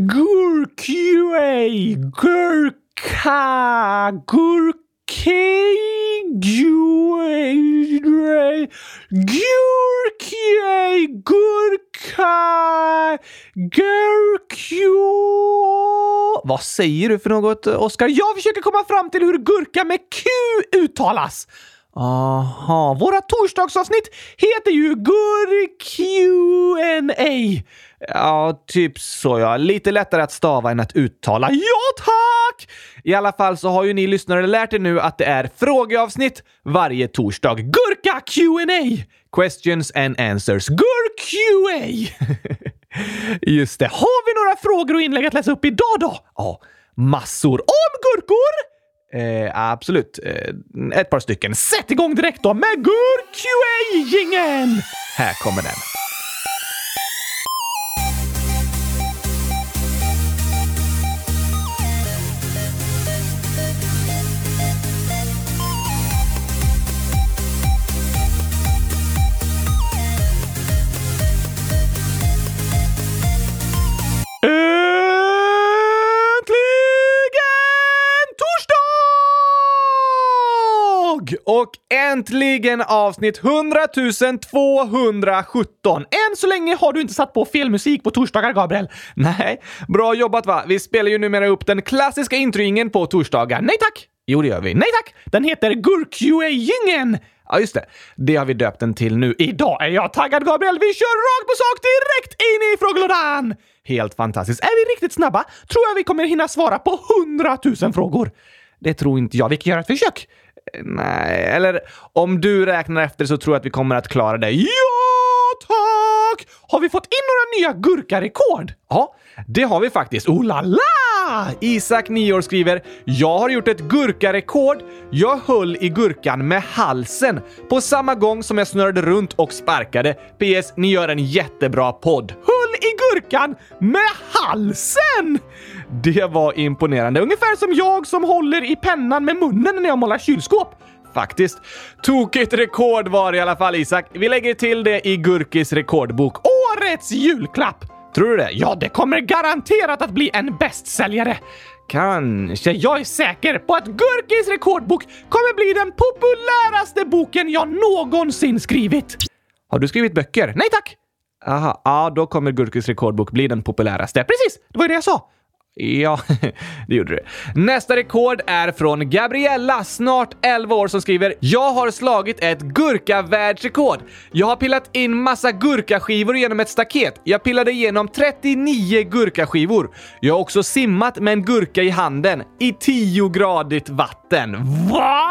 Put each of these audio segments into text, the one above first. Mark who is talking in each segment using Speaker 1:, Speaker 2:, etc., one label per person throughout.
Speaker 1: Gurka, Vad säger du för något, Oskar? Jag försöker komma fram till hur gurka med Q uttalas. Aha, våra torsdagsavsnitt heter ju Q&A. Ja, typ så ja. Lite lättare att stava än att uttala. Ja, tack! I alla fall så har ju ni lyssnare lärt er nu att det är frågeavsnitt varje torsdag. Gurka Q&A! Questions and answers. Gur-Q&A! Just det. Har vi några frågor och inlägg att läsa upp idag då? Ja, massor. Om gurkor? Absolut. Ett par stycken. Sätt igång direkt då med Gur-Q&A-gingen! Här kommer den. Och äntligen avsnitt 100 217. Än så länge har du inte satt på fel musik på torsdagar, Gabriel. Nej, bra jobbat va? Vi spelar ju numera upp den klassiska introingen på torsdagar. Nej tack! Jo, det gör vi. Nej tack! Den heter Gur-Qa-gingen. Ja, just det. Det har vi döpt den till nu. Idag är jag taggad, Gabriel. Vi kör rakt på sak direkt in i frågelådan. Helt fantastiskt. Är vi riktigt snabba tror jag vi kommer hinna svara på 100 000 frågor. Det tror inte jag. Vi kan göra ett försök. Nej, eller om du räknar efter så tror jag att vi kommer att klara det. Ja, tack! Har vi fått in några nya gurkarekord? Ja, det har vi faktiskt. Oh la la! Isak 9 år skriver: jag har gjort ett gurkarekord. Jag höll i gurkan med halsen på samma gång som jag snurrade runt och sparkade. PS, ni gör en jättebra podd. Höll i gurkan med halsen! Det var imponerande. Ungefär som jag som håller i pennan med munnen när jag målar kylskåp. Faktiskt. Tokigt rekord var i alla fall, Isak. Vi lägger till det i Gurkis rekordbok. Årets julklapp! Tror du det? Ja, det kommer garanterat att bli en bästsäljare. Kanske. Jag är säker på att Gurkis rekordbok kommer bli den populäraste boken jag någonsin skrivit. Har du skrivit böcker? Nej tack! Aha, ja, då kommer Gurkis rekordbok bli den populäraste. Precis, det var det jag sa. Ja, det gjorde du. Nästa rekord är från Gabriella, snart 11 år, som skriver: jag har slagit ett gurkavärldsrekord. Jag har pillat in massa gurkaskivor genom ett staket. Jag pillade igenom 39 gurkaskivor. Jag har också simmat med en gurka i handen i 10-gradigt vatten. Va?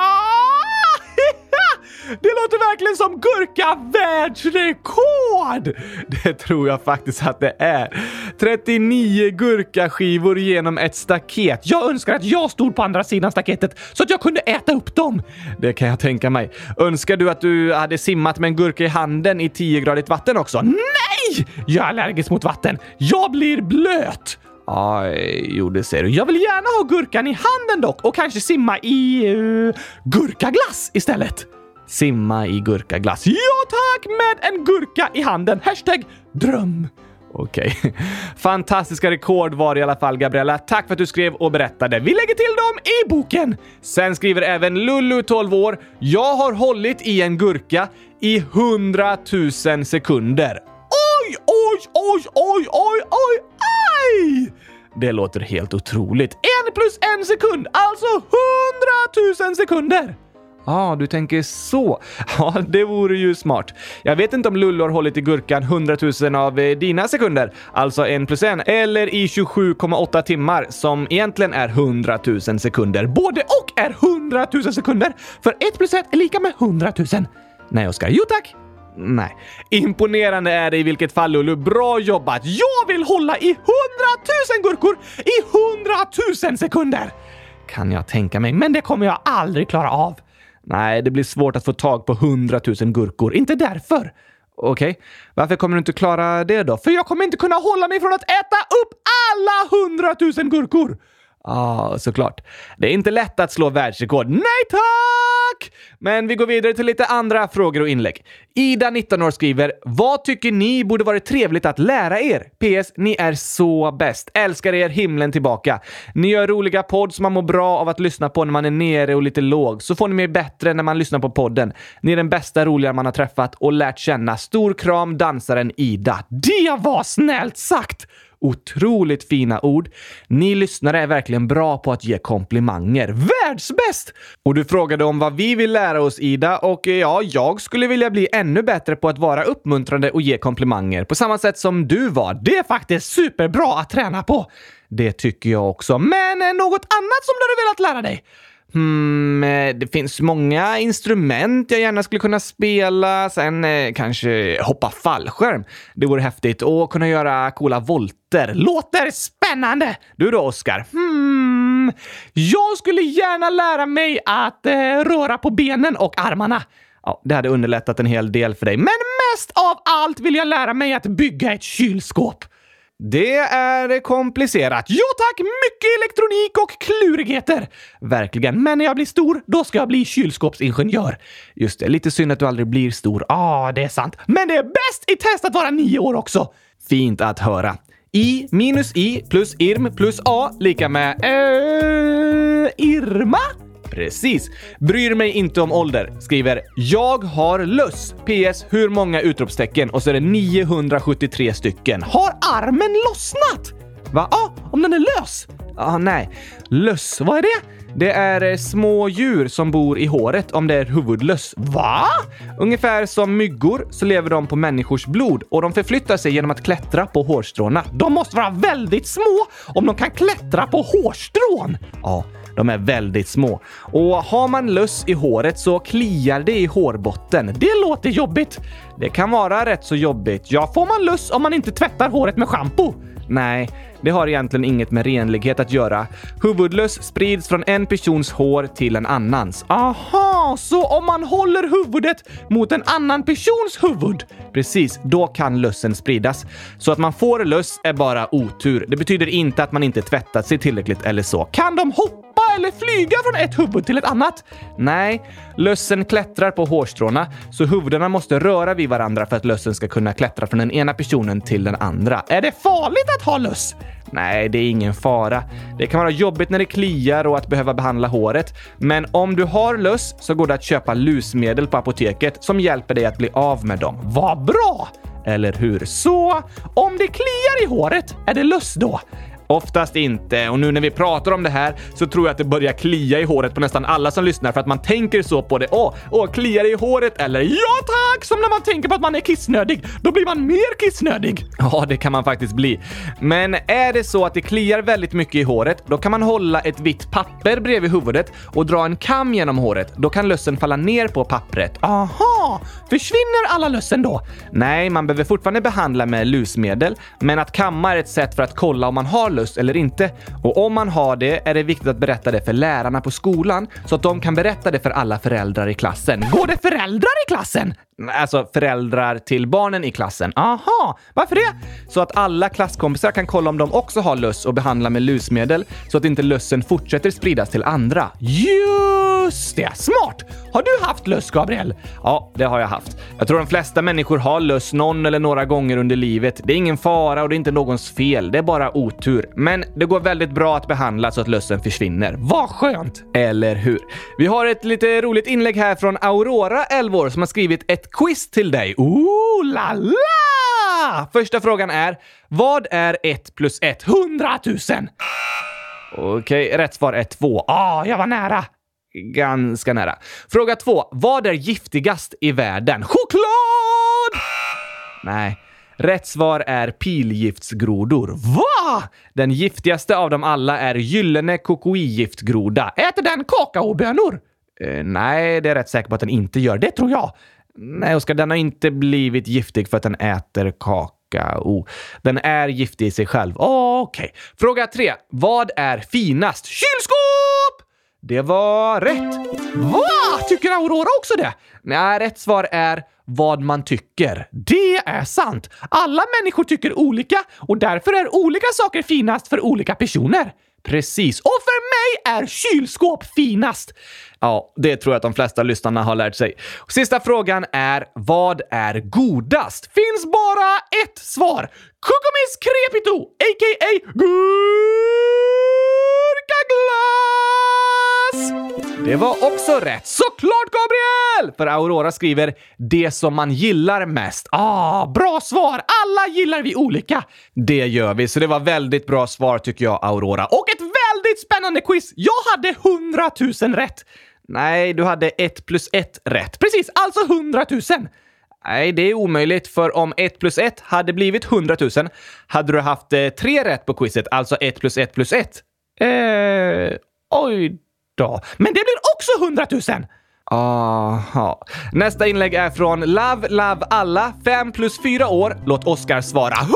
Speaker 1: Det låter verkligen som gurka-världsrekord! Det tror jag faktiskt att det är. 39 gurkaskivor genom ett staket. Jag önskar att jag stod på andra sidan staketet så att jag kunde äta upp dem. Det kan jag tänka mig. Önskar du att du hade simmat med en gurka i handen i 10-gradigt vatten också? Nej! Jag är allergisk mot vatten. Jag blir blöt. Aj, jo det ser du. Jag vill gärna ha gurkan i handen dock och kanske simma i gurkaglass istället. Simma i gurkaglass. Ja tack, med en gurka i handen. #dröm. Okej. Fantastiska rekord var i alla fall, Gabriella. Tack för att du skrev och berättade. Vi lägger till dem i boken. Sen skriver även Lulu 12 år: jag har hållit i en gurka i 100 000 sekunder. Oj, oj, oj, oj, oj, oj, oj! Det låter helt otroligt. 1 + 1 sekund, alltså 100 000 sekunder. Ja, du tänker så. Ja, det vore ju smart. Jag vet inte om Lullu har hållit i gurkan 100 000 av dina sekunder, alltså 1 + 1, eller i 27,8 timmar, som egentligen är 100 000 sekunder. Både och är 100 000 sekunder, för 1 + 1 är lika med 100 000. Nej, Oskar. Jo, tack. Nej. Imponerande är det i vilket fall, Lullu. Bra jobbat. Jag vill hålla i 100 000 gurkor i 100 000 sekunder. Kan jag tänka mig, men det kommer jag aldrig klara av. Nej, det blir svårt att få tag på 100 000 gurkor. Inte därför. Okej. Varför kommer du inte klara det då? För jag kommer inte kunna hålla mig från att äta upp alla 100 000 gurkor. Såklart. Det är inte lätt att slå världsrekord. Nej tack! Men vi går vidare till lite andra frågor och inlägg. Ida, 19 år, skriver: vad tycker ni borde vara trevligt att lära er? PS, ni är så bäst. Älskar er himlen tillbaka. Ni gör roliga podd som man mår bra av att lyssna på när man är nere och lite låg. Så får ni mig bättre när man lyssnar på podden. Ni är den bästa roliga man har träffat och lärt känna. Stor kram, dansaren Ida. Det var snällt sagt! Otroligt fina ord. Ni lyssnare är verkligen bra på att ge komplimanger. Världsbäst! Och du frågade om vad vi vill lära oss, Ida. Och ja, jag skulle vilja bli ännu bättre på att vara uppmuntrande och ge komplimanger. På samma sätt som du var. Det är faktiskt superbra att träna på. Det tycker jag också. Men något annat som du hade velat lära dig? Det finns många instrument jag gärna skulle kunna spela. Sen kanske hoppa fallskärm. Det vore häftigt. Och kunna göra coola volter. Låter spännande! Du då, Oskar? Jag skulle gärna lära mig att röra på benen och armarna. Ja, det hade underlättat en hel del för dig. Men mest av allt vill jag lära mig att bygga ett kylskåp. Det är komplicerat. Jo tack, mycket elektronik och klurigheter. Verkligen, men när jag blir stor, då ska jag bli kylskåpsingenjör. Just det, lite synd att du aldrig blir stor. Det är sant. Men det är bäst i test att vara 9 år också. Fint att höra. I minus I plus IRM plus A lika med Irma? Precis. Bryr mig inte om ålder. Skriver: jag har löss. PS, hur många utropstecken? Och så är det 973 stycken. Har armen lossnat? Va? Om den är lös? Nej. Löss, vad är det? Det är små djur som bor i håret om det är huvudlöss. Va? Ungefär som myggor så lever de på människors blod och de förflyttar sig genom att klättra på hårstråna. De måste vara väldigt små om de kan klättra på hårstrån. Ja, de är väldigt små. Och har man löss i håret så kliar det i hårbotten. Det låter jobbigt. Det kan vara rätt så jobbigt. Ja, får man löss om man inte tvättar håret med shampoo? Nej, det har egentligen inget med renlighet att göra. Huvudlöss sprids från en persons hår till en annans. Aha, så om man håller huvudet mot en annan persons huvud? Precis, då kan lössen spridas. Så att man får löss är bara otur. Det betyder inte att man inte tvättat sig tillräckligt eller så. Kan de hoppa eller flyga från ett huvud till ett annat? Nej, lössen klättrar på hårstråna så huvudena måste röra vid varandra för att lössen ska kunna klättra från den ena personen till den andra. Är det farligt att ha löss? Nej, det är ingen fara. Det kan vara jobbigt när det kliar och att behöva behandla håret. Men om du har löss så går det att köpa lusmedel på apoteket som hjälper dig att bli av med dem. Vad bra! Eller hur? Så, om det kliar i håret, är det löss då? Oftast inte, och nu när vi pratar om det här så tror jag att det börjar klia i håret på nästan alla som lyssnar för att man tänker så på det. Kliar i håret eller ja tack, som när man tänker på att man är kissnödig. Då blir man mer kissnödig. Ja, det kan man faktiskt bli. Men är det så att det kliar väldigt mycket i håret, då kan man hålla ett vitt papper bredvid huvudet och dra en kam genom håret. Då kan lössen falla ner på pappret. Aha, försvinner alla lössen då? Nej, man behöver fortfarande behandla med lusmedel, men att kamma är ett sätt för att kolla om man har löss eller inte. Och om man har det är det viktigt att berätta det för lärarna på skolan så att de kan berätta det för alla föräldrar i klassen. Går det föräldrar i klassen? Alltså föräldrar till barnen i klassen. Aha, varför det? Så att alla klasskompisar kan kolla om de också har löss och behandla med lusmedel så att inte lössen fortsätter spridas till andra. Just det, smart! Har du haft löss, Gabriel? Ja, det har jag haft. Jag tror de flesta människor har löss någon eller några gånger under livet. Det är ingen fara och det är inte någons fel. Det är bara otur. Men det går väldigt bra att behandla så att lössen försvinner. Vad skönt! Eller hur? Vi har ett lite roligt inlägg här från Aurora, 11 år, som har skrivit ett quiz till dig. La la! Första frågan är: vad är 1 plus 1? 100 000! Okej, rätt svar är 2. Jag var nära. Ganska nära. Fråga 2. Vad är giftigast i världen? Choklad! Nej. Rätt svar är pilgiftsgrodor. Va? Den giftigaste av dem alla är gyllene kokoigiftgroda. Äter den kakaobönor? Nej, det är rätt säker på att den inte gör. Det tror jag. Nej, Oskar, den har inte blivit giftig för att den äter kakao. Den är giftig i sig själv. Okej. Fråga 3. Vad är finast? Kylskåp! Det var rätt. Va? Tycker Aurora också det? Nej, rätt svar är vad man tycker. Det är sant. Alla människor tycker olika och därför är olika saker finast för olika personer. Precis. Och för mig är kylskåp finast. Ja, det tror jag att de flesta lyssnarna har lärt sig. Sista frågan är, vad är godast? Finns bara ett svar. Kukumis crepito, a.k.a. gurkaglass! Det var också rätt. Såklart, Gabriel! För Aurora skriver det som man gillar mest. Bra svar. Alla gillar vi olika. Det gör vi, så det var väldigt bra svar tycker jag, Aurora. Och ett väldigt spännande quiz. Jag hade 100 000 rätt. Nej, du hade 1 + 1 rätt. Precis, alltså 100 000. Nej, det är omöjligt, för om 1 + 1 hade blivit 100 000 hade du haft 3 rätt på quizet, alltså 1 + 1 + 1. Oj då. Men det blir också 100 000. Aha. Nästa inlägg är från Love alla, 5 + 4 år. Låt Oskar svara 100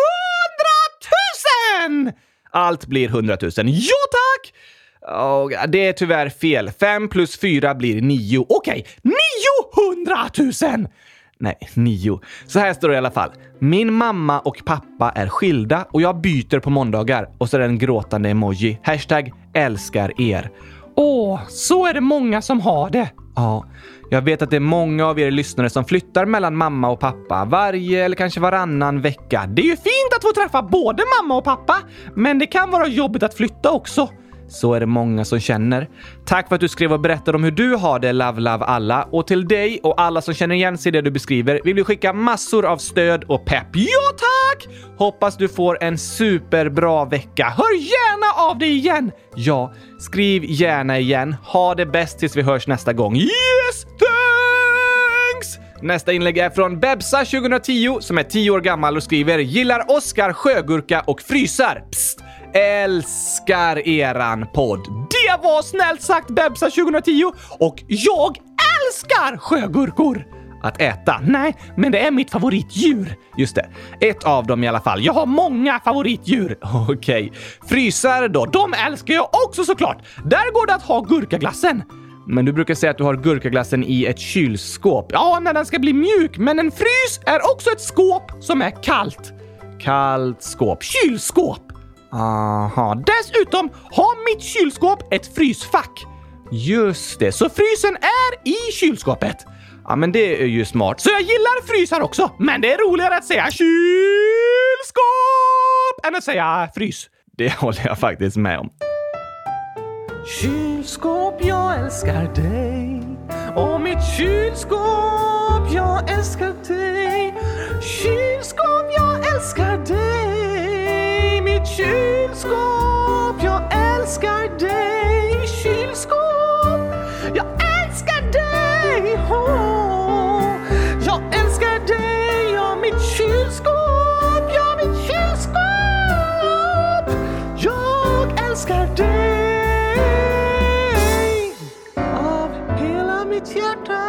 Speaker 1: 000! Allt blir 100 000. Ja, tack! Det är tyvärr fel. 5 + 4 blir 9. Okej, 900 000! Nej, 9. Så här står det i alla fall. Min mamma och pappa är skilda och jag byter på måndagar. Och så är det en gråtande emoji. #älskar er. Så är det många som har det. Ja, jag vet att det är många av er lyssnare som flyttar mellan mamma och pappa varje eller kanske varannan vecka. Det är ju fint att få träffa både mamma och pappa, men det kan vara jobbigt att flytta också. Så är det många som känner. Tack för att du skrev och berättade om hur du har det, Love alla. Och till dig och alla som känner igen sig i det du beskriver vill vi skicka massor av stöd och pepp. Ja, tack! Hoppas du får en superbra vecka. Hör gärna av dig igen. Ja, skriv gärna igen. Ha det bäst tills vi hörs nästa gång. Yes, thanks! Nästa inlägg är från Bebsa 2010 som är 10 år gammal och skriver: gillar Oskar sjögurka och frysar. Psst! Älskar eran podd. Det var snällt sagt, Bebsa 2010. Och jag älskar sjögurkor. Att äta? Nej, men det är mitt favoritdjur. Just det, ett av dem i alla fall. Jag har många favoritdjur. Okej. Frysar då, de älskar jag också såklart. Där går det att ha gurkaglassen. Men du brukar säga att du har gurkaglassen i ett kylskåp. Ja, när den ska bli mjuk. Men en frys är också ett skåp som är kallt. Kallt skåp. Kylskåp. Aha, dessutom har mitt kylskåp ett frysfack. Just det, så frysen är i kylskåpet. Ja, men det är ju smart. Så jag gillar frysar också, men det är roligare att säga kylskåp än att säga frys. Det håller jag faktiskt med om. Kylskåp, jag älskar dig. Och mitt kylskåp, jag älskar dig. Kylskåp, jag älskar dig. Mitt kylskåp, jag älskar dig. Kylskåp, jag älskar dig. Jag älskar dig. Ja, mitt kylskåp. Ja, mitt kylskåp. Jag älskar dig av hela mitt hjärta.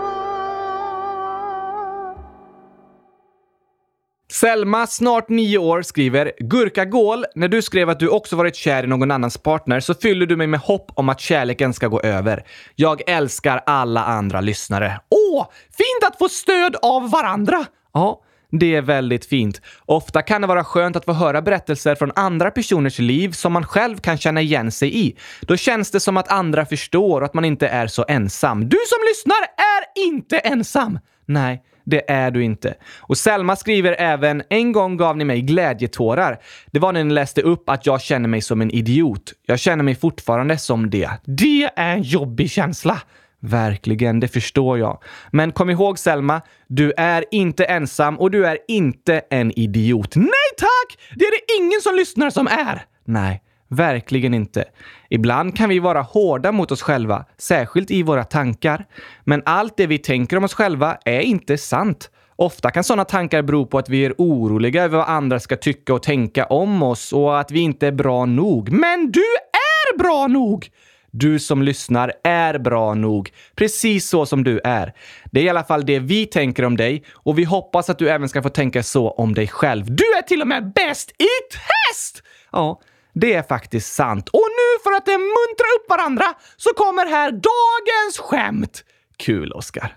Speaker 1: Selma, snart 9 år, skriver: Gurkagål, när du skrev att du också varit kär i någon annans partner så fyller du mig med hopp om att kärleken ska gå över. Jag älskar alla andra lyssnare. Fint att få stöd av varandra. Ja, det är väldigt fint. Ofta kan det vara skönt att få höra berättelser från andra personers liv som man själv kan känna igen sig i. Då känns det som att andra förstår och att man inte är så ensam. Du som lyssnar är inte ensam. Nej, det är du inte. Och Selma skriver även: en gång gav ni mig glädjetårar. Det var när ni läste upp att jag känner mig som en idiot. Jag känner mig fortfarande som det. Det är en jobbig känsla. Verkligen, det förstår jag. Men kom ihåg, Selma, du är inte ensam och du är inte en idiot. Nej tack! Det är det ingen som lyssnar som är. Nej, verkligen inte. Ibland kan vi vara hårda mot oss själva, särskilt i våra tankar. Men allt det vi tänker om oss själva är inte sant. Ofta kan sådana tankar bero på att vi är oroliga över vad andra ska tycka och tänka om oss och att vi inte är bra nog. Men du är bra nog! Du som lyssnar är bra nog, precis så som du är. Det är i alla fall det vi tänker om dig och vi hoppas att du även ska få tänka så om dig själv. Du är till och med bäst i test! Ja, det är faktiskt sant. Och nu för att muntra upp varandra så kommer här dagens skämt. Kul, Oskar.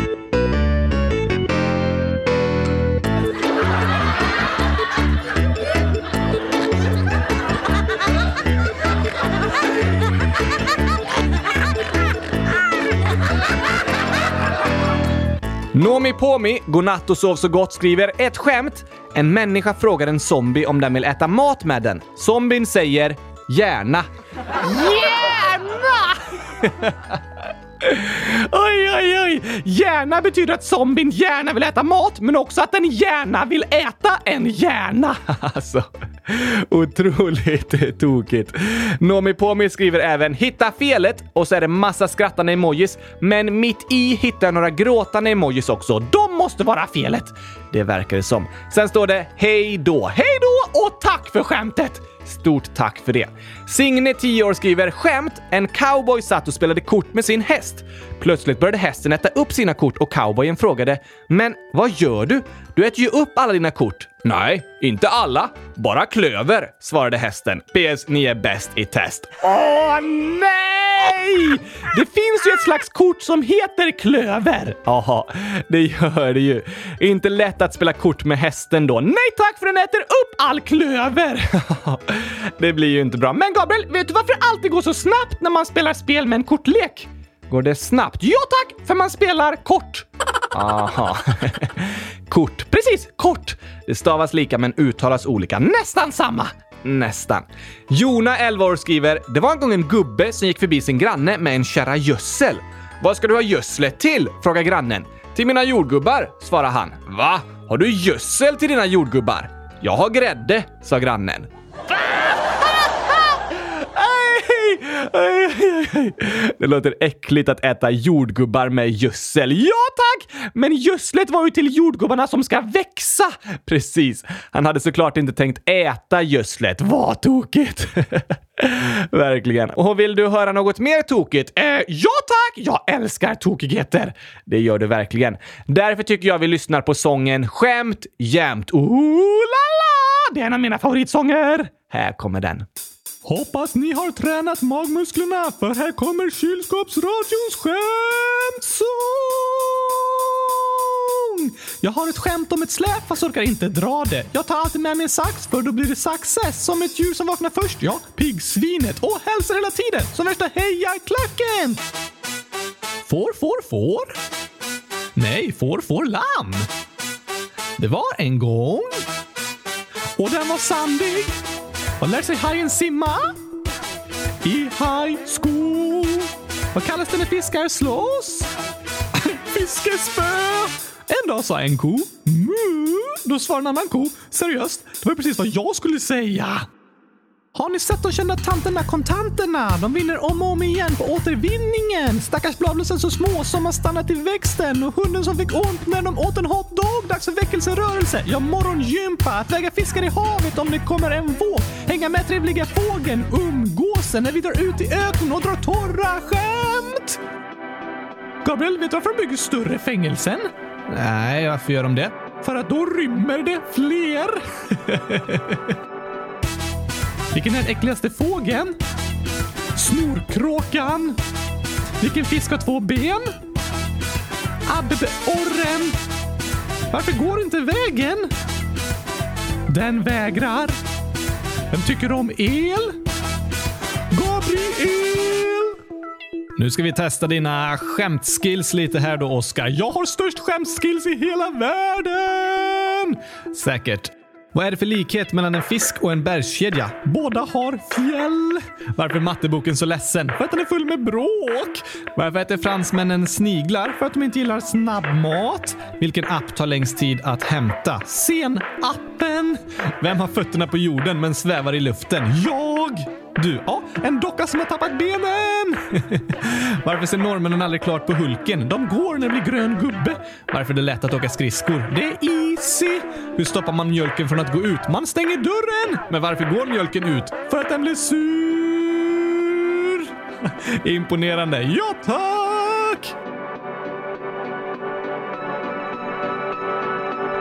Speaker 1: Nomi Pomi, godnatt och sov så gott, skriver ett skämt. En människa frågar en zombie om den vill äta mat med den. Zombien säger gärna. Gärna! Oj, oj, oj. Gärna betyder att zombien gärna vill äta mat, men också att den gärna vill äta en hjärna. Alltså, otroligt tokigt. Nomi Pomi skriver även hitta felet och så är det massa skrattande emojis, men mitt i hittar några gråtande emojis också. De måste vara felet. Det verkar det som. Sen står det hej då och tack för skämtet. Stort tack för det. Signe 10 år skriver skämt. En cowboy satt och spelade kort med sin häst. Plötsligt började hästen äta upp sina kort och cowboyen frågade: men vad gör du? Du äter ju upp alla dina kort. Nej, inte alla. Bara klöver, svarade hästen. PS, ni är bäst i test. Åh nej! Det finns ju ett slags kort som heter klöver. Jaha, det gör det ju. Inte lätt att spela kort med hästen då. Nej tack, för den äter upp all klöver. Det blir ju inte bra. Men Gabriel, vet du varför det alltid går så snabbt när man spelar spel med en kortlek? Går det snabbt? Ja tack, för man spelar kort. Aha. Kort, precis, kort. Det stavas lika men uttalas olika. Nästan samma. Nästan. Jona 11 år skriver: det var en gång en gubbe som gick förbi sin granne med en kärra gödsel. Vad ska du ha gödslet till? Frågar grannen. Till mina jordgubbar, svarar han. Va? Har du gödsel till dina jordgubbar? Jag har grädde, sa grannen. Det låter äckligt att äta jordgubbar med gödsel. Ja tack! Men gödslet var ju till jordgubbarna som ska växa. Precis. Han hade såklart inte tänkt äta gödslet. Vad tokigt. Verkligen. Och vill du höra något mer tokigt? Ja tack! Jag älskar tokigheter. Det gör du verkligen. Därför tycker jag vi lyssnar på sången Skämt jämt. La. Det är en av mina favoritsånger. Här kommer den. Hoppas ni har tränat magmusklerna, för här kommer kylskåpsradions skämtsång! Jag har ett skämt om ett släp fast orkar inte dra det. Jag tar alltid med mig en sax, för då blir det success. Som ett djur som vaknar först, ja, piggsvinet. Och hälsar hela tiden, som värsta hejarklacken! Får? Nej, får lamm. Det var en gång. Och den var sandig. Vad lär sig hajen simma? I high school. Vad kallas det när fiskar slåss? Fiskespö. En dag sa en ko. Då svarade en annan ko. Seriöst, det var precis vad jag skulle säga. Har ni sett de kända tanterna kontanterna? De vinner om och om igen på återvinningen. Stackars bladlösen så små som har stannat i växten. Och hunden som fick ont när de åt en hotdog. Dags för väckelserörelse. Ja, morgongympa. Att väga fiskar i havet om det kommer en våg. Hänga med trevliga fågeln. Umgåsen när vi drar ut i öknen och drar torra skämt. Gabriel, vet du varför de bygger större fängelsen? Nej, varför gör de det? För att då rymmer det fler. Vilken är den äckligaste fågeln? Snorkråkan. Vilken fisk har 2 ben? Abborren. Varför går inte vägen? Den vägrar. Vem tycker om el? Gabriel! Nu ska vi testa dina skämtskills lite här då, Oskar. Jag har störst skämtskills i hela världen! Säkert. Vad är det för likhet mellan en fisk och en bergskedja? Båda har fjäll. Varför är matteboken så ledsen? För att den är full med bråk. Varför äter fransmännen sniglar? För att de inte gillar snabbmat. Vilken app tar längst tid att hämta? Sen-appen. Vem har fötterna på jorden men svävar i luften? Jag! Du, ja, en docka som har tappat benen. Varför ser norrmännen aldrig klart på Hulken? De går när det blir grön gubbe. Varför är det lätt att åka skridskor? Det är easy. Hur stoppar man mjölken från att gå ut? Man stänger dörren. Men varför går mjölken ut? För att den blir sur. Imponerande. Ja, tack!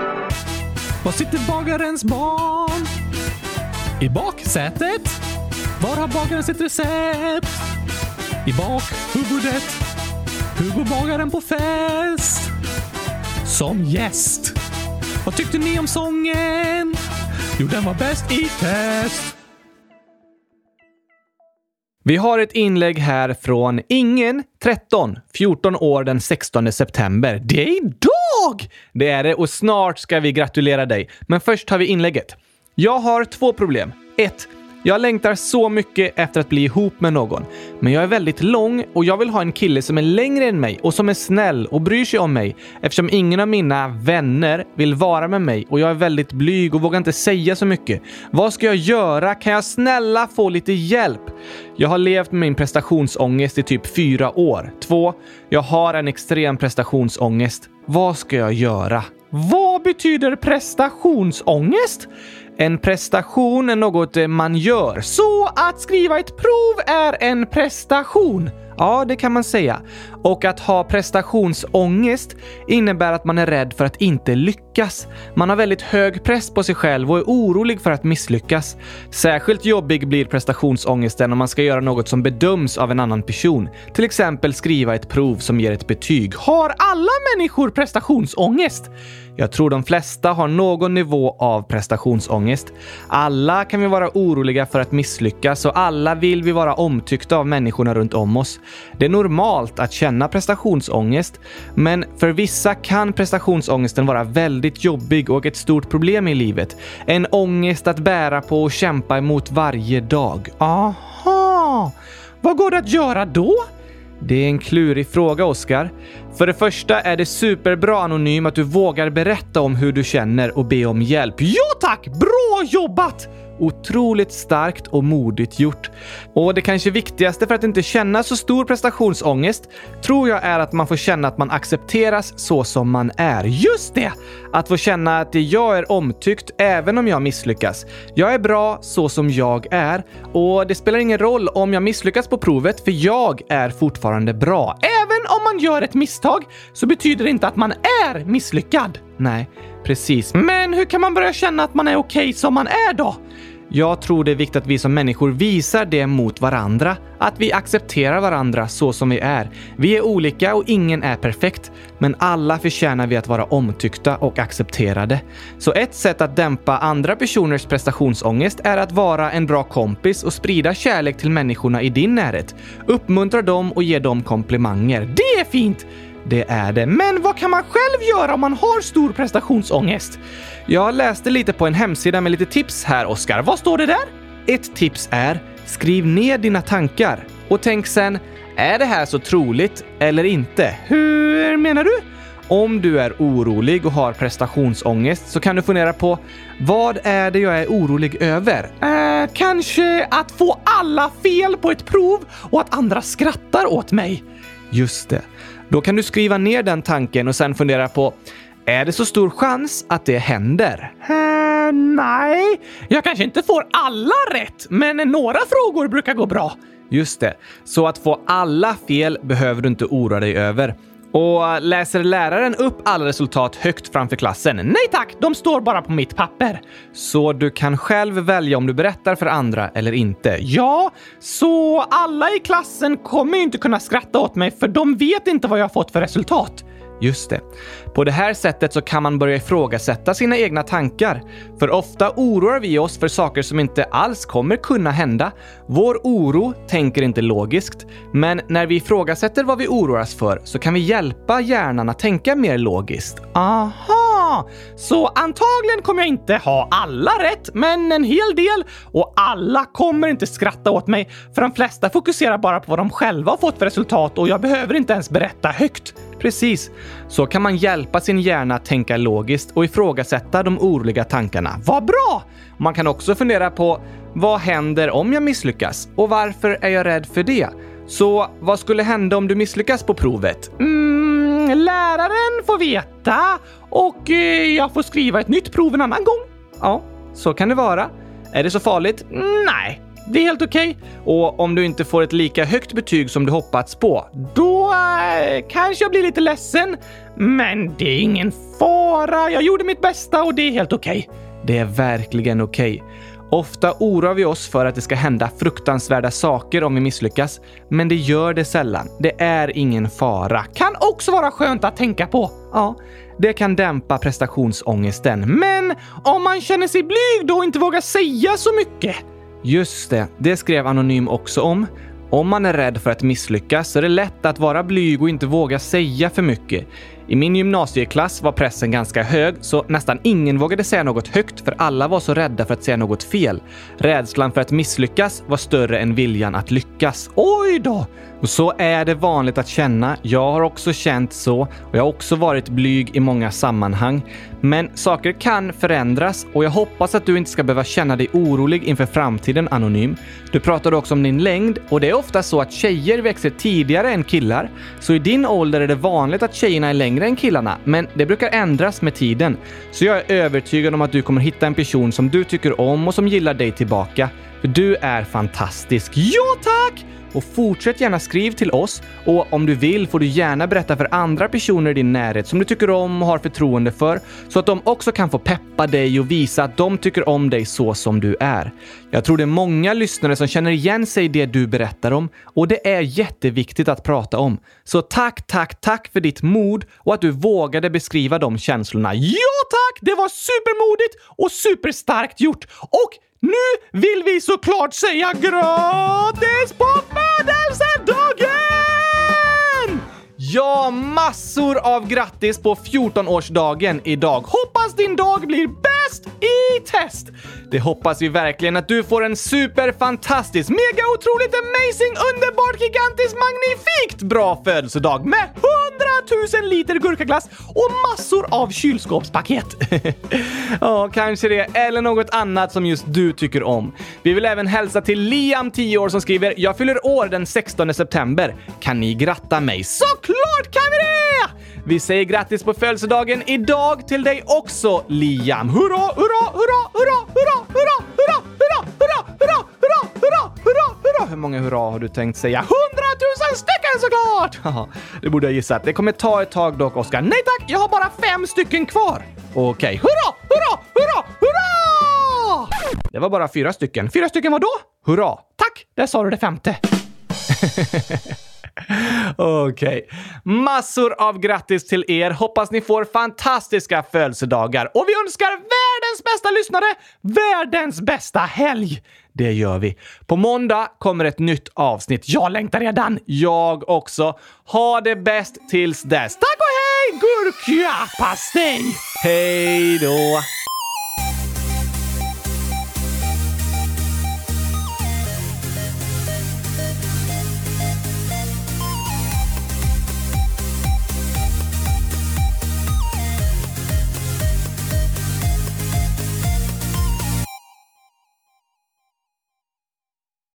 Speaker 1: Var sitter bagarens barn? I baksätet? Var har bagaren sitt recept? I bakhuvudet. Hur går bagaren på fest? Som gäst. Vad tyckte ni om sången? Jo, den var bäst i test. Vi har ett inlägg här från Ingen, 14 år den 16 september. Det är idag! Det är det och snart ska vi gratulera dig. Men först har vi inlägget. Jag har 2 problem. 1. Jag längtar så mycket efter att bli ihop med någon. Men jag är väldigt lång och jag vill ha en kille som är längre än mig och som är snäll och bryr sig om mig. Eftersom ingen av mina vänner vill vara med mig och jag är väldigt blyg och vågar inte säga så mycket. Vad ska jag göra? Kan jag snälla få lite hjälp? Jag har levt med min prestationsångest i typ 4 år. 2. Jag har en extrem prestationsångest. Vad ska jag göra? Vad betyder prestationsångest? En prestation är något man gör. Så att skriva ett prov är en prestation. Ja, det kan man säga. Och att ha prestationsångest innebär att man är rädd för att inte lyckas. Man har väldigt hög press på sig själv och är orolig för att misslyckas. Särskilt jobbig blir prestationsångesten om man ska göra något som bedöms av en annan person. Till exempel skriva ett prov som ger ett betyg. Har alla människor prestationsångest? Jag tror de flesta har någon nivå av prestationsångest. Alla kan vi vara oroliga för att misslyckas och alla vill vi vara omtyckta av människorna runt om oss. Det är normalt att känna prestationsångest, men för vissa kan prestationsångesten vara väldigt jobbig och ett stort problem i livet. En ångest att bära på och kämpa emot varje dag. Aha! Vad går det att göra då? Det är en klurig fråga, Oskar. För det första är det superbra anonym att du vågar berätta om hur du känner och be om hjälp. Ja tack! Bra jobbat! Otroligt starkt och modigt gjort. Och det kanske viktigaste för att inte känna så stor prestationsångest tror jag är att man får känna att man accepteras så som man är. Just det! Att få känna att jag är omtyckt även om jag misslyckas. Jag är bra så som jag är och det spelar ingen roll om jag misslyckas på provet för jag är fortfarande bra. Även om man gör ett misstag så betyder det inte att man är misslyckad. Nej, precis. Men hur kan man börja känna att man är okej som man är då? Jag tror det är viktigt att vi som människor visar det mot varandra. Att vi accepterar varandra så som vi är. Vi är olika och ingen är perfekt. Men alla förtjänar vi att vara omtyckta och accepterade. Så ett sätt att dämpa andra personers prestationsångest är att vara en bra kompis och sprida kärlek till människorna i din närhet. Uppmuntra dem och ge dem komplimanger. Det är fint! Det är det. Men vad kan man själv göra om man har stor prestationsångest? Jag läste lite på en hemsida med lite tips här, Oskar. Vad står det där? Ett tips är: skriv ner dina tankar. Och tänk sen, är det här så troligt eller inte? Hur menar du? Om du är orolig och har prestationsångest så kan du fundera på: vad är det jag är orolig över? Kanske att få alla fel på ett prov och att andra skrattar åt mig. Just det. Då kan du skriva ner den tanken och sen fundera på: är det så stor chans att det händer? Nej, jag kanske inte får alla rätt, men några frågor brukar gå bra. Just det, så att få alla fel behöver du inte oroa dig över. Och läser läraren upp alla resultat högt framför klassen? Nej tack, de står bara på mitt papper. Så du kan själv välja om du berättar för andra eller inte. Ja, så alla i klassen kommer ju inte kunna skratta åt mig för de vet inte vad jag har fått för resultat. Just det. På det här sättet så kan man börja ifrågasätta sina egna tankar. För ofta oroar vi oss för saker som inte alls kommer kunna hända. Vår oro tänker inte logiskt. Men när vi ifrågasätter vad vi oroar oss för så kan vi hjälpa hjärnan att tänka mer logiskt. Aha! Så antagligen kommer jag inte ha alla rätt, men en hel del. Och alla kommer inte skratta åt mig. För de flesta fokuserar bara på vad de själva har fått för resultat och jag behöver inte ens berätta högt. Precis. Så kan man hjälpa sin hjärna att tänka logiskt och ifrågasätta de oroliga tankarna. Vad bra! Man kan också fundera på: vad händer om jag misslyckas? Och varför är jag rädd för det? Så vad skulle hända om du misslyckas på provet? Läraren får veta och jag får skriva ett nytt prov en annan gång. Ja, så kan det vara. Är det så farligt? Nej. Det är helt okej. Och om du inte får ett lika högt betyg som du hoppats på, då kanske jag blir lite ledsen. Men det är ingen fara. Jag gjorde mitt bästa och det är helt okej. Det är verkligen okej. Ofta oroar vi oss för att det ska hända fruktansvärda saker om vi misslyckas, men det gör det sällan. Det är ingen fara. Kan också vara skönt att tänka på. Ja, det kan dämpa prestationsångesten. Men om man känner sig blyg då och inte vågar säga så mycket. Just det skrev Anonym också om. Om man är rädd för att misslyckas så är det lätt att vara blyg och inte våga säga för mycket. I min gymnasieklass var pressen ganska hög så nästan ingen vågade säga något högt för alla var så rädda för att säga något fel. Rädslan för att misslyckas var större än viljan att lyckas. Oj då! Och så är det vanligt att känna. Jag har också känt så och jag har också varit blyg i många sammanhang. Men saker kan förändras och jag hoppas att du inte ska behöva känna dig orolig inför framtiden, Anonym. Du pratade också om din längd och det är ofta så att tjejer växer tidigare än killar. Så i din ålder är det vanligt att tjejerna är längre än killarna, men det brukar ändras med tiden. Så jag är övertygad om att du kommer hitta en person som du tycker om och som gillar dig tillbaka. För du är fantastisk. Ja, tack! Och fortsätt gärna skriv till oss och om du vill får du gärna berätta för andra personer i din närhet som du tycker om och har förtroende för så att de också kan få peppa dig och visa att de tycker om dig så som du är. Jag tror det är många lyssnare som känner igen sig i det du berättar om och det är jätteviktigt att prata om. Så tack för ditt mod och att du vågade beskriva de känslorna. Ja tack, det var supermodigt och superstarkt gjort och nu vill vi såklart säga gratis på födelsedagen! Ja, massor av grattis på 14-årsdagen idag. Hoppas din dag blir bäst i test. Det hoppas vi verkligen att du får en superfantastisk, mega otroligt amazing, underbart, gigantisk, magnifikt bra födelsedag med 100 000 liter gurkaglass och massor av kylskåpspaket. Ja, kanske det eller något annat som just du tycker om. Vi vill även hälsa till Liam, 10 år, som skriver: jag fyller år den 16 september. Kan ni gratta mig? Såklart kan vi det! Vi säger grattis på födelsedagen idag till dig också, Liam. Hurra, hurra, hurra, hurra, hurra, hurra, hurra, hurra, hurra, hurra, hurra, hurra, hurra, hurra. Hur många hurra har du tänkt säga? 100 000 stycken såklart! Haha, det borde jag gissat. Det kommer ta ett tag dock, Oskar. Nej tack, jag har bara 5 stycken kvar. Okej, hurra, hurra, hurra, hurra! Det var bara 4 stycken. 4 stycken vad då? Hurra, tack, där sa du det 5:e. Okej. Massor av grattis till er. Hoppas ni får fantastiska födelsedagar. Och vi önskar världens bästa lyssnare världens bästa helg. Det gör vi. På måndag kommer ett nytt avsnitt. Jag längtar redan. Jag också. Ha det bäst tills dess. Tack och hej, gurkapastej! Hej då!